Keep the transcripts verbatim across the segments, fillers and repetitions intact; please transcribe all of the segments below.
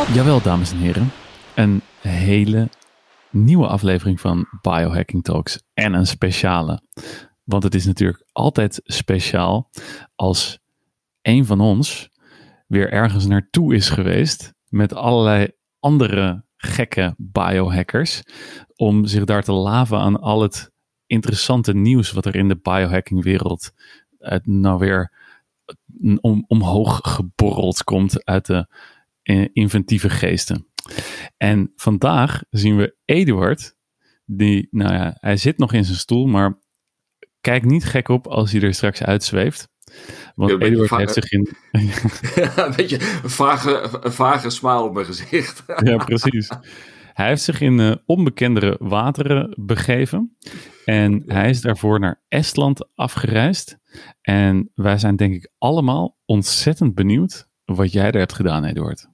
Jawel, dames en heren. Een hele nieuwe aflevering van Biohacking Talks. En een speciale. Want het is natuurlijk altijd speciaal als een van ons weer ergens naartoe is geweest met allerlei andere gekke biohackers. Om zich daar te laven aan al het interessante nieuws wat er in de biohackingwereld uh, nou weer om, omhoog geborreld komt uit de inventieve geesten. En vandaag zien we Eduard, die, nou ja, hij zit nog in zijn stoel, maar kijk niet gek op als hij er straks uitzweeft. Want ja, Eduard va- heeft zich in... ja, een beetje een vage, een vage smile op mijn gezicht. Ja, precies. Hij heeft zich in uh, onbekendere wateren begeven. En hij is daarvoor naar Estland afgereisd. En wij zijn denk ik allemaal ontzettend benieuwd wat jij daar hebt gedaan, Eduard.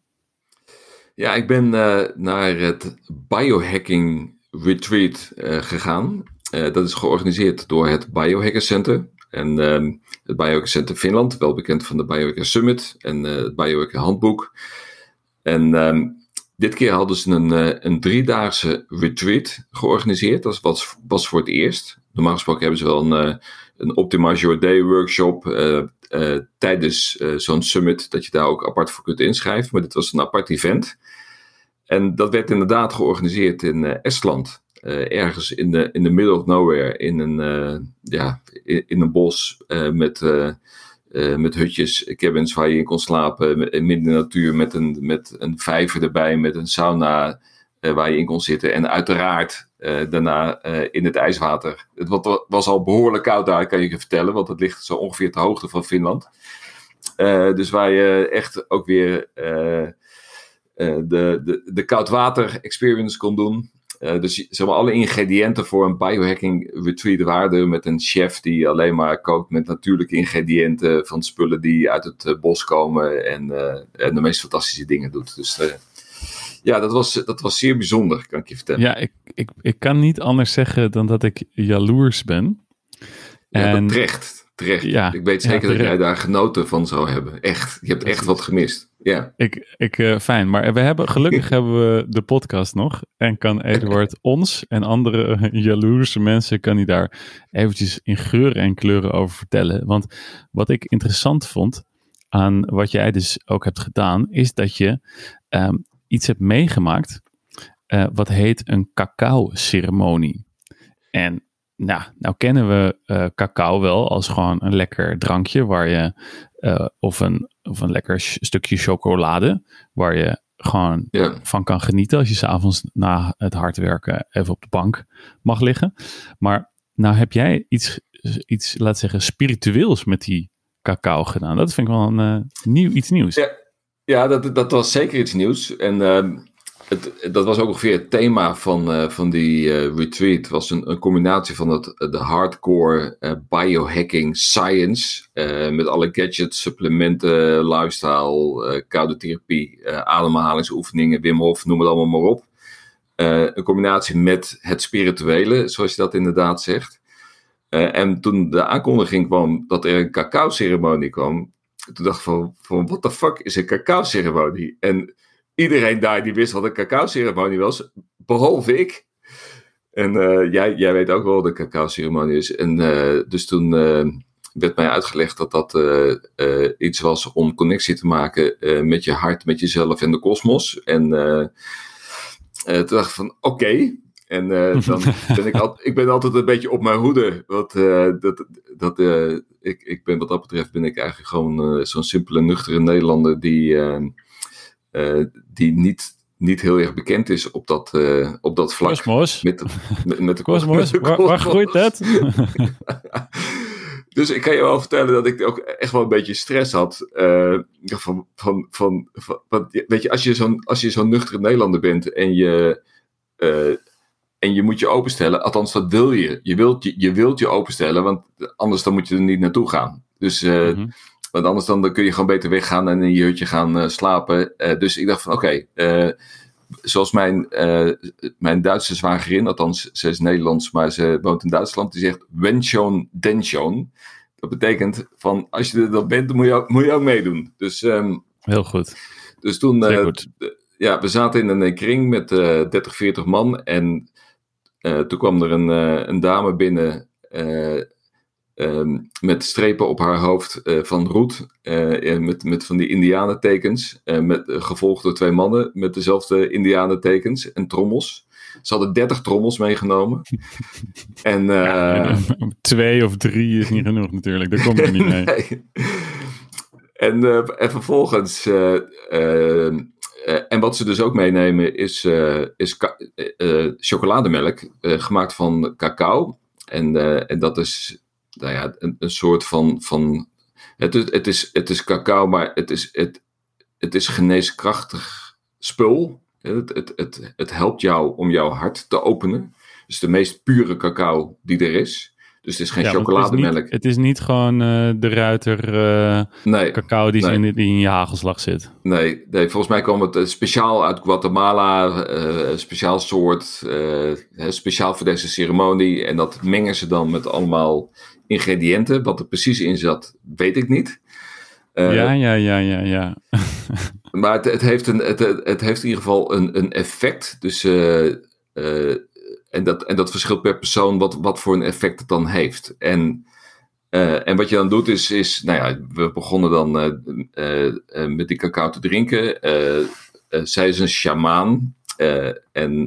Ja, ik ben uh, naar het Biohacking Retreat uh, gegaan. Uh, dat is georganiseerd door het Biohacker Center. En uh, het Biohacker Center Finland, wel bekend van de Biohacker Summit en uh, het Biohacker Handboek. En um, dit keer hadden ze een, uh, een driedaagse retreat georganiseerd. Dat was, was voor het eerst. Normaal gesproken hebben ze wel een, uh, een Optimize Your Day workshop uh, uh, tijdens uh, zo'n summit, dat je daar ook apart voor kunt inschrijven. Maar dit was een apart event. En dat werd inderdaad georganiseerd in uh, Estland. Uh, ergens in de in the middle of nowhere, in een, uh, ja, in, in een bos uh, met, uh, uh, met hutjes, cabins waar je in kon slapen, met, midden in de natuur met een, met een vijver erbij, met een sauna uh, waar je in kon zitten. En uiteraard uh, daarna uh, in het ijswater. Het was, was al behoorlijk koud daar, kan je je vertellen, want het ligt zo ongeveer ter hoogte van Finland. Uh, dus waar je echt ook weer uh, uh, de, de, de koudwater experience kon doen. Uh, dus zeg maar, alle ingrediënten voor een biohacking retreat waren er, met een chef die alleen maar kookt met natuurlijke ingrediënten van spullen die uit het uh, bos komen en, uh, en de meest fantastische dingen doet. Dus uh, ja, dat was, dat was zeer bijzonder, kan ik je vertellen. Ja, ik, ik, ik kan niet anders zeggen dan dat ik jaloers ben. Ja, en... dat terecht. Terecht. Ja, ik weet zeker ja, dat jij daar genoten van zou hebben. Echt. Je hebt echt wat gemist. Ja. Ik, ik, uh, fijn. Maar we hebben, gelukkig hebben we de podcast nog. En kan Eduard ons en andere uh, jaloerse mensen, kan hij daar eventjes in geuren en kleuren over vertellen. Want wat ik interessant vond aan wat jij dus ook hebt gedaan, is dat je um, iets hebt meegemaakt uh, wat heet een cacao-ceremonie. En Nou, nou kennen we uh, cacao wel als gewoon een lekker drankje waar je, uh, of, een, of een lekker sh- stukje chocolade waar je gewoon yeah. van kan genieten als je 's avonds na het hard werken even op de bank mag liggen. Maar nou heb jij iets, iets laat zeggen, spiritueels met die cacao gedaan. Dat vind ik wel een uh, nieuw, iets nieuws. Ja, ja dat, dat was zeker iets nieuws. En uh, Het, dat was ook ongeveer het thema van, uh, van die uh, retreat. Het was een, een combinatie van het, de hardcore uh, biohacking science. Uh, met alle gadgets, supplementen, lifestyle, uh, koude therapie, uh, ademhalingsoefeningen, Wim Hof, noem het allemaal maar op. Uh, een combinatie met het spirituele, zoals je dat inderdaad zegt. Uh, en toen de aankondiging kwam dat er een cacao-ceremonie kwam, toen dacht ik van, van what the fuck is een cacao-ceremonie? En iedereen daar die wist wat een cacao-ceremonie was, behalve ik. En uh, jij, jij weet ook wel wat een cacao-ceremonie is. En uh, dus toen uh, werd mij uitgelegd dat dat uh, uh, iets was om connectie te maken uh, met je hart, met jezelf en de kosmos. En uh, uh, toen dacht ik van, oké. Okay. En uh, dan ben ik, al, ik ben altijd een beetje op mijn hoede. Want uh, dat, dat, uh, ik, ik ben, wat dat betreft ben ik eigenlijk gewoon uh, zo'n simpele, nuchtere Nederlander die... Uh, Uh, die niet, niet heel erg bekend is op dat, uh, op dat vlak. Kosmos. Met, met, met de Kosmos. Waar, waar groeit dat? Dus ik kan je wel vertellen dat ik ook echt wel een beetje stress had. Uh, van, van, van, van, van, weet je, als je zo'n, als je zo'n nuchtere Nederlander bent en je, uh, en je moet je openstellen, althans dat wil je. Je wilt je, je, wilt je openstellen, want anders dan moet je er niet naartoe gaan. Dus... Uh, mm-hmm. Want anders dan, dan kun je gewoon beter weggaan en in je hutje gaan uh, slapen. Uh, dus ik dacht van oké, okay, uh, zoals mijn, uh, mijn Duitse zwagerin, althans ze is Nederlands, maar ze woont in Duitsland, die zegt wenn schon, denn schon. Dat betekent van als je er dan bent, dan moet je ook, moet je ook meedoen. Dus, um, heel goed. Dus toen, uh, d- ja, we zaten in een kring met uh, dertig, veertig man. En uh, toen kwam er een, uh, een dame binnen uh, um, met strepen op haar hoofd uh, van roet. Uh, met, met van die indianentekens. Uh, met, uh, gevolgd door twee mannen met dezelfde indianentekens en trommels. Ze hadden dertig trommels meegenomen. En, uh, ja, twee of drie is niet genoeg natuurlijk. Daar kom je niet mee. Nee. En, uh, en vervolgens... Uh, uh, Uh, en wat ze dus ook meenemen is, uh, is ka- uh, chocolademelk, uh, gemaakt van cacao. En, uh, en dat is nou ja, een, een soort van... van het, is, het, is, het is cacao, maar het is, het, het is geneeskrachtig spul. Het, het, het, het helpt jou om jouw hart te openen. Dus de meest pure cacao die er is. Dus het is geen ja, chocolademelk. Het is niet, het is niet gewoon uh, de ruiter uh, nee, cacao die, nee. in, die in je hagelslag zit. Nee, nee, volgens mij kwam het speciaal uit Guatemala. Uh, een speciaal soort. Uh, speciaal voor deze ceremonie. En dat mengen ze dan met allemaal ingrediënten. Wat er precies in zat, weet ik niet. Uh, ja, ja, ja, ja, ja. maar het, het, heeft een, het, het heeft in ieder geval een, een effect. Dus... Uh, uh, En dat, en dat verschilt per persoon wat, wat voor een effect het dan heeft. En, uh, en wat je dan doet is, is nou ja, we begonnen dan uh, uh, uh, met die cacao te drinken. Uh, uh, zij is een sjamaan. Uh, en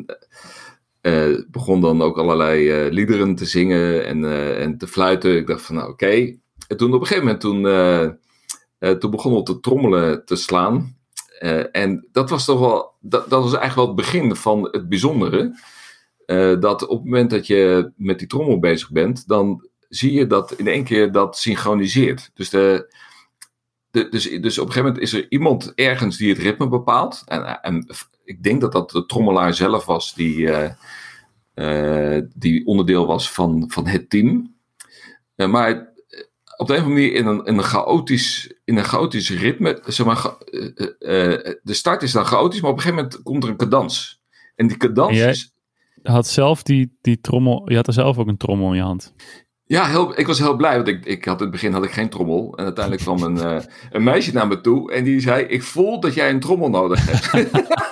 uh, begon dan ook allerlei uh, liederen te zingen en, uh, en te fluiten. Ik dacht van nou oké. Okay. En toen op een gegeven moment toen, uh, uh, toen begonnen we te trommelen te slaan. Uh, en dat was toch wel, dat, dat was eigenlijk wel het begin van het bijzondere. Uh, dat op het moment dat je met die trommel bezig bent, dan zie je dat in één keer dat synchroniseert. Dus, de, de, dus, dus op een gegeven moment is er iemand ergens die het ritme bepaalt. En, en ik denk dat dat de trommelaar zelf was die, uh, uh, die onderdeel was van, van het team. Uh, maar op de een of andere manier in een, in een, chaotisch, in een chaotisch ritme, zeg maar, uh, uh, de start is dan chaotisch, maar op een gegeven moment komt er een cadans. En die cadans is... had zelf die, die trommel, je had er zelf ook een trommel in je hand. Ja, heel, ik was heel blij, want ik, ik had in het begin had ik geen trommel. En uiteindelijk kwam een, uh, een meisje naar me toe en die zei, ik voel dat jij een trommel nodig hebt.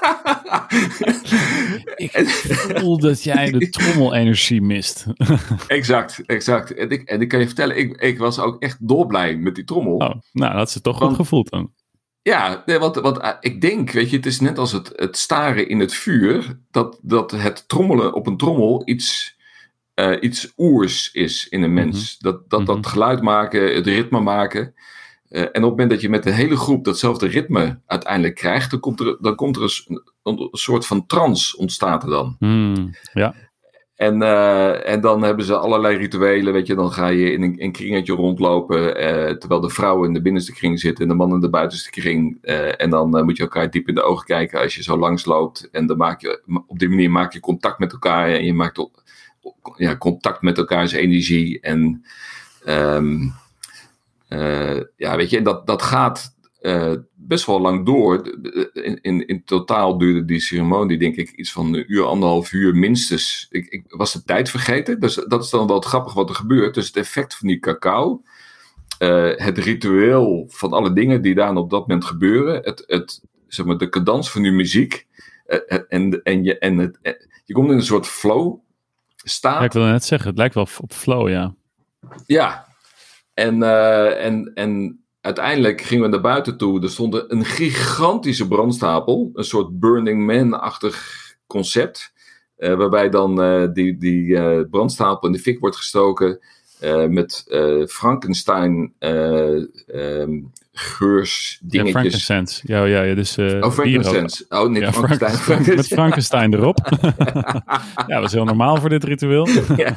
Ik voel dat jij de trommelenergie mist. Exact, exact. En ik, en ik kan je vertellen, ik, ik was ook echt dolblij met die trommel. Oh, nou, dat had ze toch want, goed gevoeld dan. Ja, nee, want, want uh, ik denk, weet je, het is net als het, het staren in het vuur, dat, dat het trommelen op een trommel iets, uh, iets oers is in een mens. Mm-hmm. Dat, dat, mm-hmm. dat geluid maken, het ritme maken. Uh, en op het moment dat je met de hele groep datzelfde ritme uiteindelijk krijgt, dan komt er, dan komt er een, een soort van trance ontstaat er dan. Mm, ja. En, uh, en dan hebben ze allerlei rituelen, weet je, dan ga je in een, een kringetje rondlopen, uh, terwijl de vrouwen in de binnenste kring zitten en de mannen in de buitenste kring. Uh, en dan uh, moet je elkaar diep in de ogen kijken als je zo langs loopt. En dan maak je, op die manier maak je contact met elkaar en je maakt op, ja, contact met elkaars energie. En um, uh, ja, weet je, en dat, dat gaat uh, best wel lang door. In, in, in totaal duurde die ceremonie, denk ik, iets van een uur, anderhalf uur minstens. Ik, ik was de tijd vergeten, dus dat is dan wel het grappig wat er gebeurt. Dus het effect van die cacao, uh, het ritueel van alle dingen die daar op dat moment gebeuren, het, het, zeg maar, de cadans van die muziek, uh, en, en, je, en het, uh, je komt in een soort flow staat. Ja, ik wilde net zeggen, het lijkt wel op flow, ja. Ja, en, uh, en, en uiteindelijk gingen we naar buiten toe. Er stond een gigantische brandstapel. Een soort Burning Man-achtig concept. Uh, waarbij dan uh, die, die uh, brandstapel in de fik wordt gestoken. Uh, met uh, Frankenstein uh, um, geurs dingetjes. Ja, Frankenstein. Ja, ja, ja, dus, uh, oh, Frankenstein. Oh, nee, ja, Frankenstein. Frankenstein. Met Frankenstein erop. Ja, dat is heel normaal voor dit ritueel. Ja.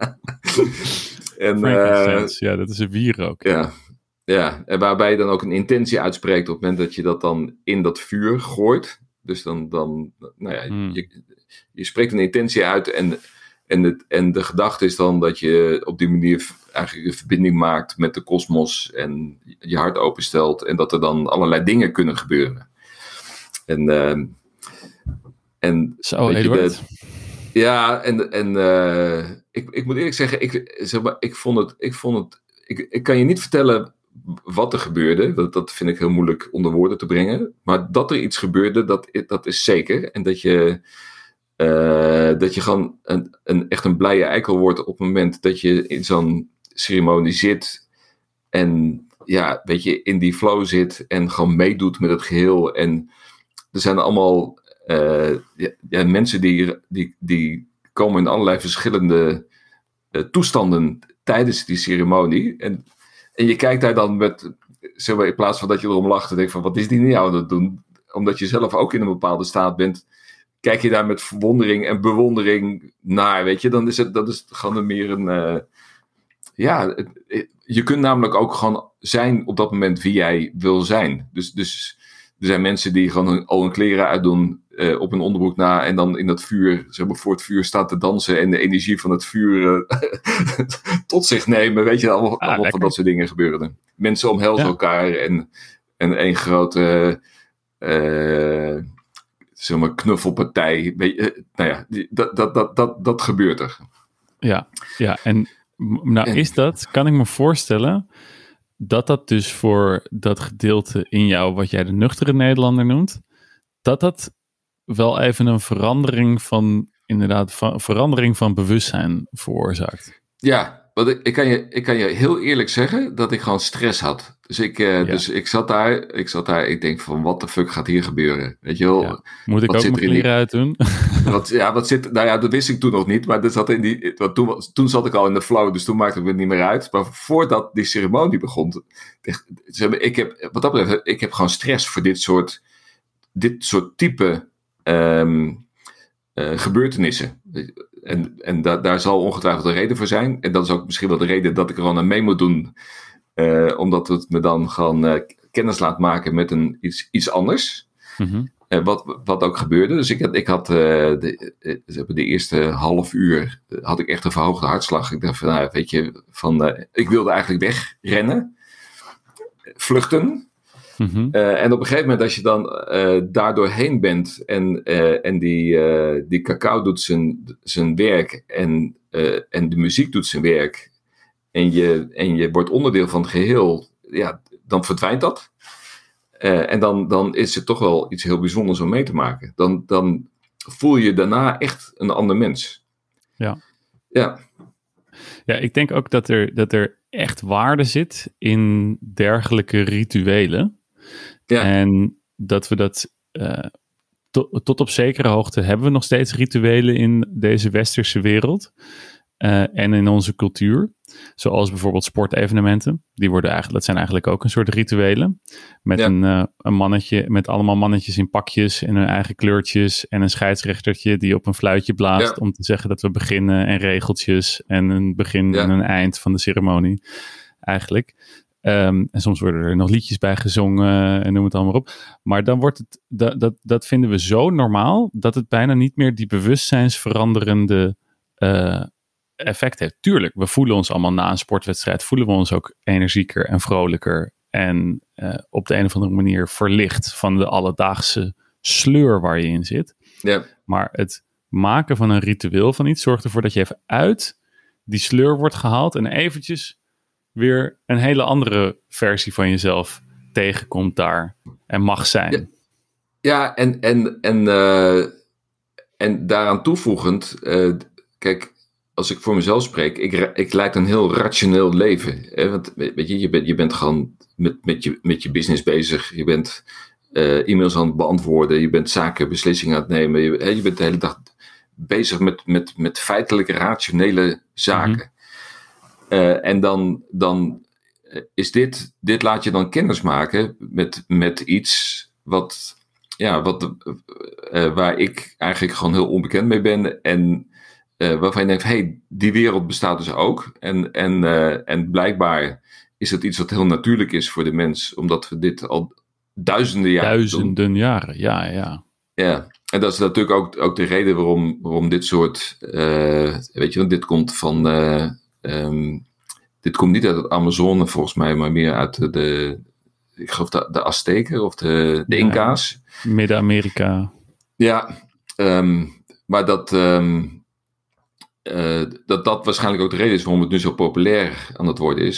En, uh, ja, dat is een wierook. Ja. Ja, en waarbij je dan ook een intentie uitspreekt op het moment dat je dat dan in dat vuur gooit. Dus dan, dan nou ja, hmm. je, je spreekt een intentie uit en, en, het, en de gedachte is dan dat je op die manier eigenlijk een verbinding maakt met de kosmos en je hart openstelt en dat er dan allerlei dingen kunnen gebeuren. En, uh, en Zo, Eduard. Ja, en, en uh, ik, ik moet eerlijk zeggen, ik, zeg maar, ik vond het, ik vond het, ik, ik kan je niet vertellen wat er gebeurde. Dat, dat vind ik heel moeilijk onder woorden te brengen. Maar dat er iets gebeurde, dat, dat is zeker. En dat je, uh, dat je gewoon een, een, echt een blije eikel wordt op het moment dat je in zo'n ceremonie zit. En ja, weet je, in die flow zit en gewoon meedoet met het geheel. En er zijn allemaal uh, ja, ja, mensen die, die, die komen in allerlei verschillende uh, toestanden tijdens die ceremonie. En, en je kijkt daar dan met, zeg maar, in plaats van dat je erom lacht en denkt van, wat is die nou aan het doen? Omdat je zelf ook in een bepaalde staat bent, kijk je daar met verwondering en bewondering naar, weet je. Dan is het, dat is gewoon meer een, uh, ja, het, het, je kunt namelijk ook gewoon zijn op dat moment wie jij wil zijn. Dus, dus er zijn mensen die gewoon al hun kleren uitdoen, uh, op een onderbroek na en dan in dat vuur, zeg maar, voor het vuur staan te dansen en de energie van het vuur uh, tot zich nemen. Weet je, allemaal, ah, allemaal van dat soort dingen gebeuren. Mensen omhelzen ja. elkaar en, en één grote uh, zeg maar knuffelpartij. Weet je, uh, nou ja, die, dat, dat, dat, dat, dat gebeurt er. Ja, ja, en nou is dat, kan ik me voorstellen, dat dat dus voor dat gedeelte in jou, wat jij de nuchtere Nederlander noemt, dat dat wel even een verandering van, inderdaad, van, verandering van bewustzijn veroorzaakt. Ja, want ik, ik, kan je, ik kan je heel eerlijk zeggen dat ik gewoon stress had. Dus ik, uh, ja. dus ik zat daar, ik zat daar, ik denk van, wat de fuck gaat hier gebeuren? Weet je wel? Ja. Moet ik ook mijn kleren die... uit doen? Wat, ja, wat zit, nou ja, dat wist ik toen nog niet, maar dat zat in die, want toen, toen zat ik al in de flow, dus toen maakte ik het niet meer uit. Maar voordat die ceremonie begon, ik heb, wat dat betreft, ik heb gewoon stress voor dit soort, dit soort type um, uh, gebeurtenissen. En, en da, daar zal ongetwijfeld een reden voor zijn. En dat is ook misschien wel de reden dat ik er gewoon aan mee moet doen. Uh, omdat het me dan gewoon uh, kennis laat maken met een, iets, iets anders. Mm-hmm. Uh, wat, wat ook gebeurde. Dus ik had, ik had uh, de, uh, de eerste half uur uh, had ik echt een verhoogde hartslag. Ik dacht van, nou, weet je, van, uh, ik wilde eigenlijk wegrennen. Vluchten. Mm-hmm. Uh, en op een gegeven moment als je dan uh, daar doorheen bent en, uh, en die, uh, die cacao doet zijn, zijn werk en, uh, en de muziek doet zijn werk en je, en je wordt onderdeel van het geheel, ja, dan verdwijnt dat. Uh, en dan, dan is het toch wel iets heel bijzonders om mee te maken. Dan, dan voel je daarna echt een ander mens. Ja. Ja. Ja, ik denk ook dat er, dat er echt waarde zit in dergelijke rituelen. Ja. En dat we dat uh, to, tot op zekere hoogte hebben we nog steeds rituelen in deze westerse wereld uh, en in onze cultuur. Zoals bijvoorbeeld sportevenementen. Die worden eigenlijk, dat zijn eigenlijk ook een soort rituelen. Met ja. een, uh, een mannetje, met allemaal mannetjes in pakjes en hun eigen kleurtjes en een scheidsrechtertje die op een fluitje blaast ja. om te zeggen dat we beginnen en regeltjes en een begin ja. en een eind van de ceremonie eigenlijk. Um, en soms worden er nog liedjes bij gezongen en noem het allemaal op. Maar dan wordt het, dat, dat, dat vinden we zo normaal dat het bijna niet meer die bewustzijnsveranderende uh, effect heeft. Tuurlijk, we voelen ons allemaal na een sportwedstrijd, voelen we ons ook energieker en vrolijker en uh, op de een of andere manier verlicht van de alledaagse sleur waar je in zit. Ja. Maar het maken van een ritueel van iets zorgt ervoor dat je even uit die sleur wordt gehaald en eventjes weer een hele andere versie van jezelf tegenkomt daar en mag zijn. Ja, ja en, en, en, uh, en daaraan toevoegend, uh, kijk, als ik voor mezelf spreek, ik, ik leid een heel rationeel leven. Hè? Want weet je, je bent, je bent gewoon met, met, je, met je business bezig. Je bent uh, e-mails aan het beantwoorden. Je bent zaken, beslissingen aan het nemen. Je, hè, je bent de hele dag bezig met, met, met feitelijke, rationele zaken. Mm-hmm. Uh, en dan, dan is dit, dit laat je dan kennis maken met, met iets wat, ja, wat, uh, waar ik eigenlijk gewoon heel onbekend mee ben. En uh, waarvan je denkt, hé, hey, die wereld bestaat dus ook. En, en, uh, en blijkbaar is het iets wat heel natuurlijk is voor de mens, omdat we dit al duizenden jaren Duizenden doen. jaren, ja, ja. Ja, en dat is natuurlijk ook, ook de reden waarom, waarom dit soort, uh, weet je, want dit komt van... Uh, Um, dit komt niet uit het Amazone volgens mij, maar meer uit de, de ik geloof de, de Azteken of de, de Inca's. Ja, Midden-Amerika. Ja, um, maar dat, um, uh, dat dat waarschijnlijk ook de reden is waarom het nu zo populair aan het worden is.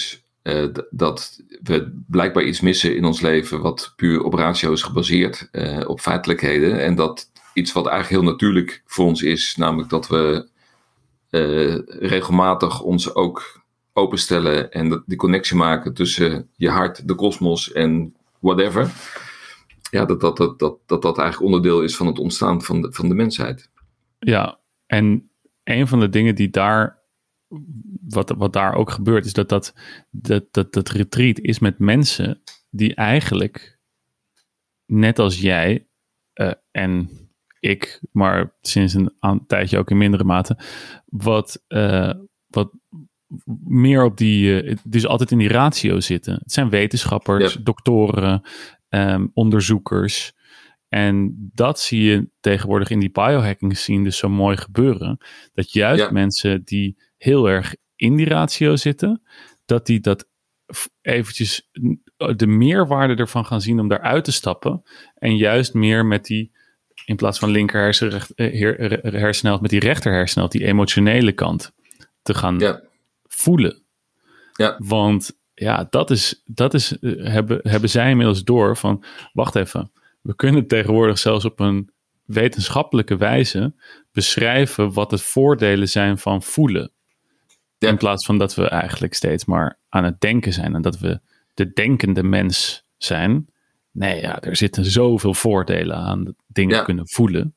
uh, d- dat we blijkbaar iets missen in ons leven wat puur op ratio is gebaseerd, uh, op feitelijkheden. En dat iets wat eigenlijk heel natuurlijk voor ons is, namelijk dat we uh, regelmatig ons ook openstellen en die connectie maken tussen je hart, de kosmos en whatever. Ja, dat dat, dat, dat, dat dat eigenlijk onderdeel is van het ontstaan van de, van de mensheid. Ja, en een van de dingen die daar, wat, wat daar ook gebeurt, is dat dat, dat, dat dat retreat is met mensen die eigenlijk, net als jij uh, en ik, maar sinds een, een tijdje ook in mindere mate, wat, uh, wat meer op die, uh, dus altijd in die ratio zitten. Het zijn wetenschappers, yep. doktoren, um, onderzoekers. En dat zie je tegenwoordig in die biohacking scene dus zo mooi gebeuren. Dat juist ja. mensen die heel erg in die ratio zitten, dat die dat eventjes de meerwaarde ervan gaan zien om daaruit te stappen. En juist meer met die, in plaats van linker hersen, recht, her, hersenhelft, met die rechter hersenhelft, die emotionele kant te gaan ja. voelen. Ja. Want ja, dat is, dat is hebben, hebben zij inmiddels door van, wacht even, we kunnen tegenwoordig zelfs op een wetenschappelijke wijze beschrijven wat de voordelen zijn van voelen. Ja. In plaats van dat we eigenlijk steeds maar aan het denken zijn en dat we de denkende mens zijn. Nee, ja, er zitten zoveel voordelen aan dingen ja. kunnen voelen.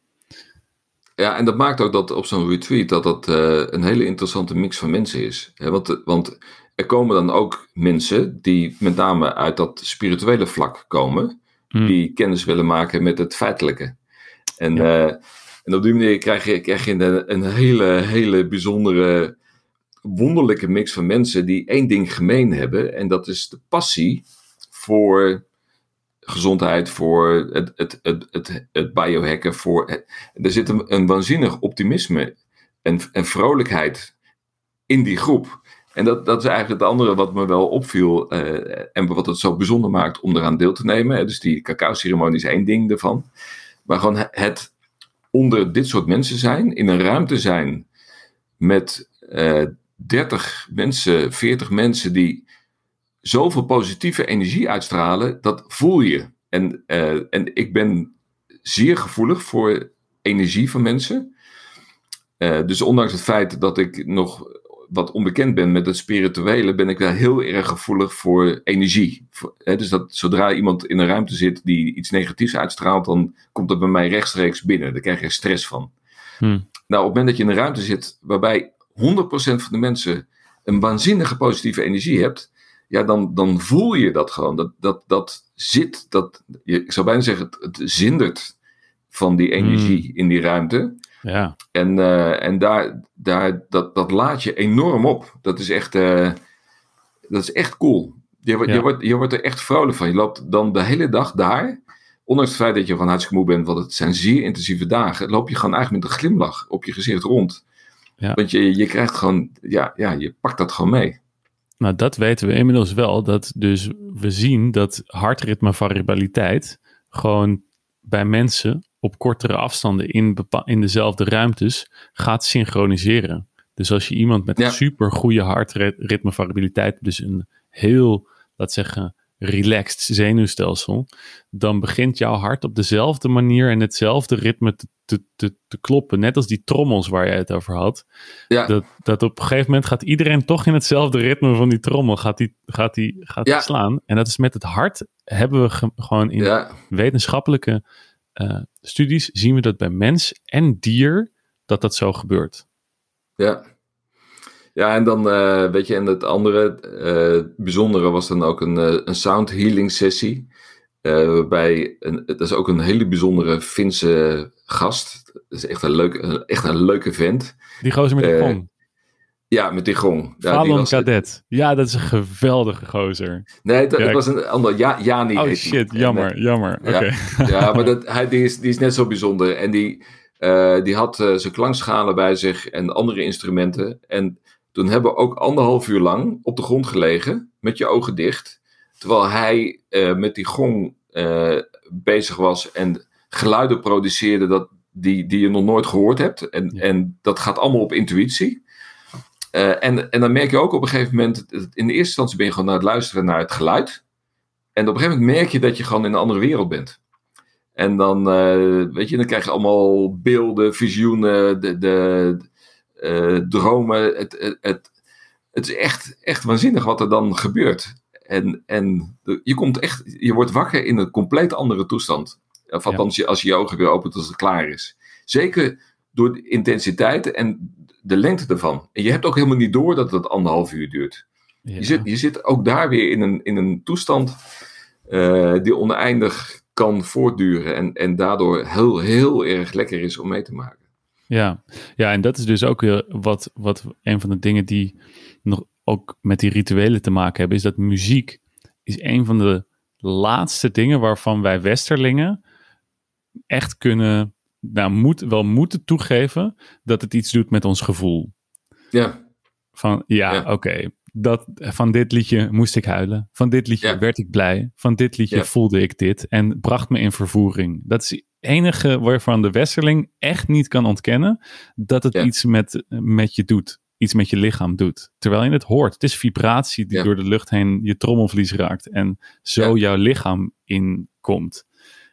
Ja, en dat maakt ook dat op zo'n retreat dat dat uh, een hele interessante mix van mensen is. He, want, want er komen dan ook mensen die met name uit dat spirituele vlak komen, hmm. die kennis willen maken met het feitelijke. En, ja. uh, en op die manier krijg je, krijg je een, een hele, hele bijzondere, wonderlijke mix van mensen die één ding gemeen hebben. En dat is de passie voor gezondheid, voor het, het, het, het, het biohacken. Voor het, er zit een, een waanzinnig optimisme en, en vrolijkheid in die groep. En dat, dat is eigenlijk het andere wat me wel opviel uh, en wat het zo bijzonder maakt om eraan deel te nemen. Dus die cacao-ceremonie is één ding ervan. Maar gewoon het onder dit soort mensen zijn, in een ruimte zijn met uh, dertig mensen, veertig mensen die zoveel positieve energie uitstralen, dat voel je. En, uh, en ik ben zeer gevoelig voor energie van mensen. Uh, dus ondanks het feit dat ik nog wat onbekend ben met het spirituele, ben ik wel heel erg gevoelig voor energie. Voor, hè, dus dat zodra iemand in een ruimte zit die iets negatiefs uitstraalt, dan komt dat bij mij rechtstreeks binnen. Daar krijg je stress van. Hmm. Nou, op het moment dat je in een ruimte zit waarbij honderd procent van de mensen een waanzinnige positieve energie hebt, ja, dan, dan voel je dat gewoon. Dat, dat, dat zit, dat, ik zou bijna zeggen, het, het zindert van die energie hmm. in die ruimte. Ja. En, uh, en daar, daar, dat, dat laat je enorm op. Dat is echt, uh, dat is echt cool. Je, ja. je, wordt, je wordt er echt vrolijk van. Je loopt dan de hele dag daar, ondanks het feit dat je gewoon hartstikke moe bent, want het zijn zeer intensieve dagen, loop je gewoon eigenlijk met een glimlach op je gezicht rond. Ja. Want je, je krijgt gewoon, ja, ja, je pakt dat gewoon mee. Nou, dat weten we inmiddels wel. Dat dus we zien dat hartritmevariabiliteit gewoon bij mensen op kortere afstanden in, bepa- in dezelfde ruimtes gaat synchroniseren. Dus als je iemand met ja. een super goede hartritmevariabiliteit, dus een heel, laat zeggen, relaxed zenuwstelsel, dan begint jouw hart op dezelfde manier en hetzelfde ritme te, te, te, te kloppen. Net als die trommels waar jij het over had. Ja. Dat, dat op een gegeven moment gaat iedereen toch in hetzelfde ritme van die trommel gaat die, gaat die, gaat ja. die slaan. En dat is met het hart, hebben we ge, gewoon in ja. wetenschappelijke uh, studies, zien we dat bij mens en dier, dat dat zo gebeurt. Ja. Ja, en dan, uh, weet je, en het andere uh, bijzondere was dan ook een, uh, een sound healing sessie. Uh, waarbij, een, dat is ook een hele bijzondere Finse gast. Dat is echt een, leuk, echt een leuke vent. Die gozer met die uh, gong. Ja, met die gong. Ja, Fallon was, Cadet. Ja, dat is een geweldige gozer. Nee, dat, ja, het was een ander. Ja, Jani. Oh shit, jammer, en, jammer. Ja, okay. ja, maar dat, hij, die, is, die is net zo bijzonder. En die, uh, die had uh, zijn klankschalen bij zich en andere instrumenten. En toen hebben we ook anderhalf uur lang op de grond gelegen, met je ogen dicht, terwijl hij uh, met die gong uh, bezig was en geluiden produceerde dat, die, die je nog nooit gehoord hebt. En, ja. en dat gaat allemaal op intuïtie. Uh, en, en dan merk je ook op een gegeven moment, in de eerste instantie ben je gewoon aan het luisteren naar het geluid. En op een gegeven moment merk je dat je gewoon in een andere wereld bent. En dan, uh, weet je, dan krijg je allemaal beelden, visioenen, de, de uh, dromen. Het, het, het, het is echt, echt waanzinnig wat er dan gebeurt. En, en de, je komt echt, je wordt wakker in een compleet andere toestand. Of althans, ja. als je je ogen weer opent als het klaar is. Zeker door de intensiteit en de lengte ervan. En je hebt ook helemaal niet door dat het anderhalf uur duurt. Ja. Je, zit, je zit ook daar weer in een, in een toestand uh, die oneindig kan voortduren. En, en daardoor heel, heel erg lekker is om mee te maken. Ja, ja, en dat is dus ook weer wat, wat een van de dingen die nog ook met die rituelen te maken hebben, is dat muziek is een van de laatste dingen waarvan wij Westerlingen echt kunnen, nou, moet, wel moeten toegeven dat het iets doet met ons gevoel. Ja. Van, ja, ja. oké, okay, dat van dit liedje moest ik huilen. Van dit liedje ja. werd ik blij. Van dit liedje ja. voelde ik dit en bracht me in vervoering. Dat is het enige waarvan de Westerling echt niet kan ontkennen dat het ja. iets met, met je doet. Iets met je lichaam doet. Terwijl je het hoort. Het is vibratie die ja. door de lucht heen je trommelvlies raakt. En zo ja. jouw lichaam inkomt.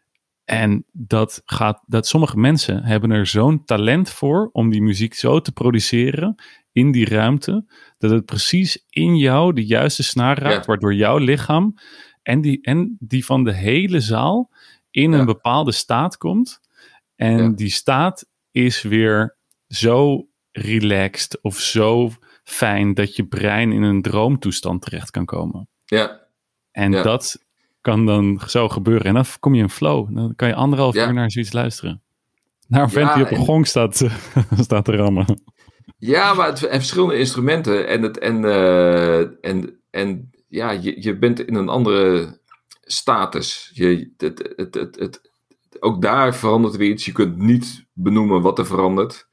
En dat gaat, dat sommige mensen hebben er zo'n talent voor om die muziek zo te produceren in die ruimte, dat het precies in jou de juiste snaar raakt, ja. waardoor jouw lichaam en die, en die van de hele zaal in ja. een bepaalde staat komt. En ja. die staat is weer zo relaxed of zo fijn dat je brein in een droomtoestand terecht kan komen. Ja. En ja. dat kan dan zo gebeuren. En dan kom je in flow. Dan kan je anderhalf ja. uur naar zoiets luisteren. Naar een vent ja, die op een en... gong staat, staat te rammen. Ja, maar het, en verschillende instrumenten. En, het, en, uh, en, en ja, je, je bent in een andere status. Je, het, het, het, het, ook daar verandert weer iets. Je kunt niet benoemen wat er verandert.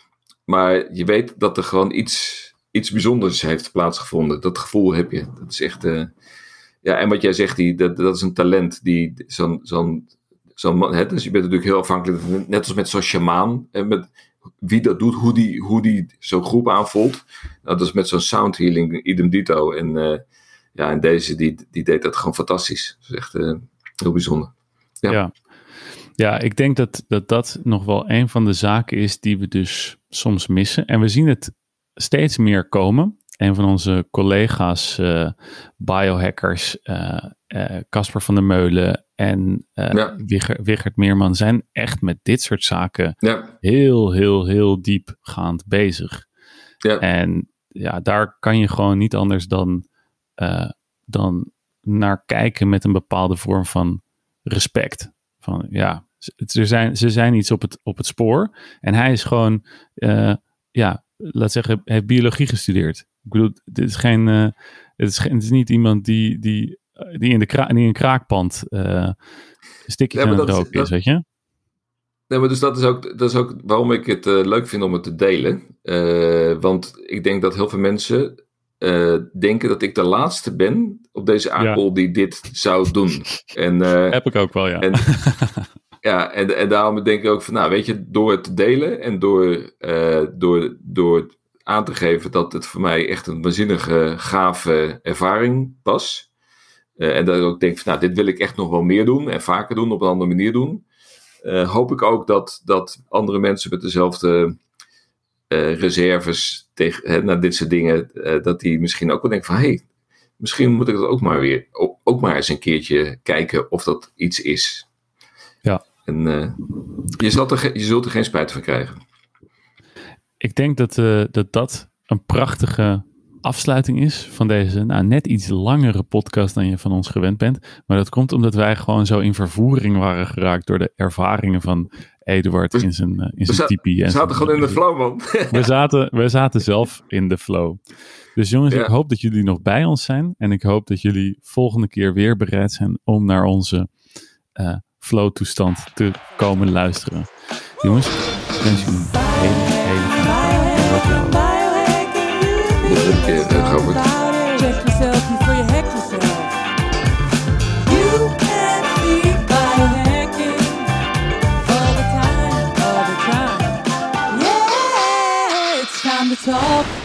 Maar je weet dat er gewoon iets, iets bijzonders heeft plaatsgevonden. Dat gevoel heb je. Dat is echt... Uh, ja, en wat jij zegt, die, dat, dat is een talent. Die, zo'n, zo'n, zo'n man, hè, dus je bent natuurlijk heel afhankelijk. Net als met zo'n shamaan. Hè, met wie dat doet, hoe die, hoe die zo'n groep aanvoelt. Nou, dat is met zo'n sound healing, idem dito. En, uh, ja, en deze, die, die deed dat gewoon fantastisch. Dat is echt uh, heel bijzonder. Ja. ja. Ja, ik denk dat, dat dat nog wel een van de zaken is die we dus soms missen. En we zien het steeds meer komen. Een van onze collega's, uh, biohackers, Casper uh, uh, van der Meulen en uh, ja. Wigert, Wigert Meerman zijn echt met dit soort zaken ja. heel, heel, heel diepgaand bezig. Ja. En ja, daar kan je gewoon niet anders dan, uh, dan naar kijken met een bepaalde vorm van respect. Van ja, ze zijn, ze zijn iets op het, op het spoor. En hij is gewoon, uh, ja, laat zeggen, heeft biologie gestudeerd. Ik bedoel, dit is geen, uh, het, is geen het is niet iemand die, die, die in de kra- die in een kraakpand uh, stikjes ja, aan het roken is, dat, weet je? Nee, maar dus dat is ook, dat is ook waarom ik het uh, leuk vind om het te delen. Uh, want ik denk dat heel veel mensen uh, denken dat ik de laatste ben op deze aardbol ja. die dit zou doen. En, uh, Heb ik ook wel, ja. En, ja, en, en daarom denk ik ook van, nou, weet je, door het te delen en door, uh, door, door aan te geven dat het voor mij echt een waanzinnige, gave ervaring was. Uh, en dat ik ook denk van, nou, dit wil ik echt nog wel meer doen en vaker doen, op een andere manier doen. Uh, hoop ik ook dat, dat andere mensen met dezelfde uh, reserves tegen, hè, naar dit soort dingen, uh, dat die misschien ook wel denken van, hé, hey, misschien moet ik dat ook maar weer, ook, ook maar eens een keertje kijken of dat iets is. Ja. En uh, je, zult er, je zult er geen spijt van krijgen. Ik denk dat, uh, dat dat een prachtige afsluiting is van deze nou, net iets langere podcast dan je van ons gewend bent. Maar dat komt omdat wij gewoon zo in vervoering waren geraakt door de ervaringen van Eduard in zijn, uh, in zijn tipi. We zaten gewoon in de flow, man. we, zaten, we zaten zelf in de flow. Dus jongens, ja. ik hoop dat jullie nog bij ons zijn. En ik hoop dat jullie volgende keer weer bereid zijn om naar onze uh, flow-toestand te komen luisteren. Jongens, ik wens jullie een hele, hele fijne dag. Check yourself before you hack yourself. You and me biohacking all the time, all the time. Yeah, it's time to talk.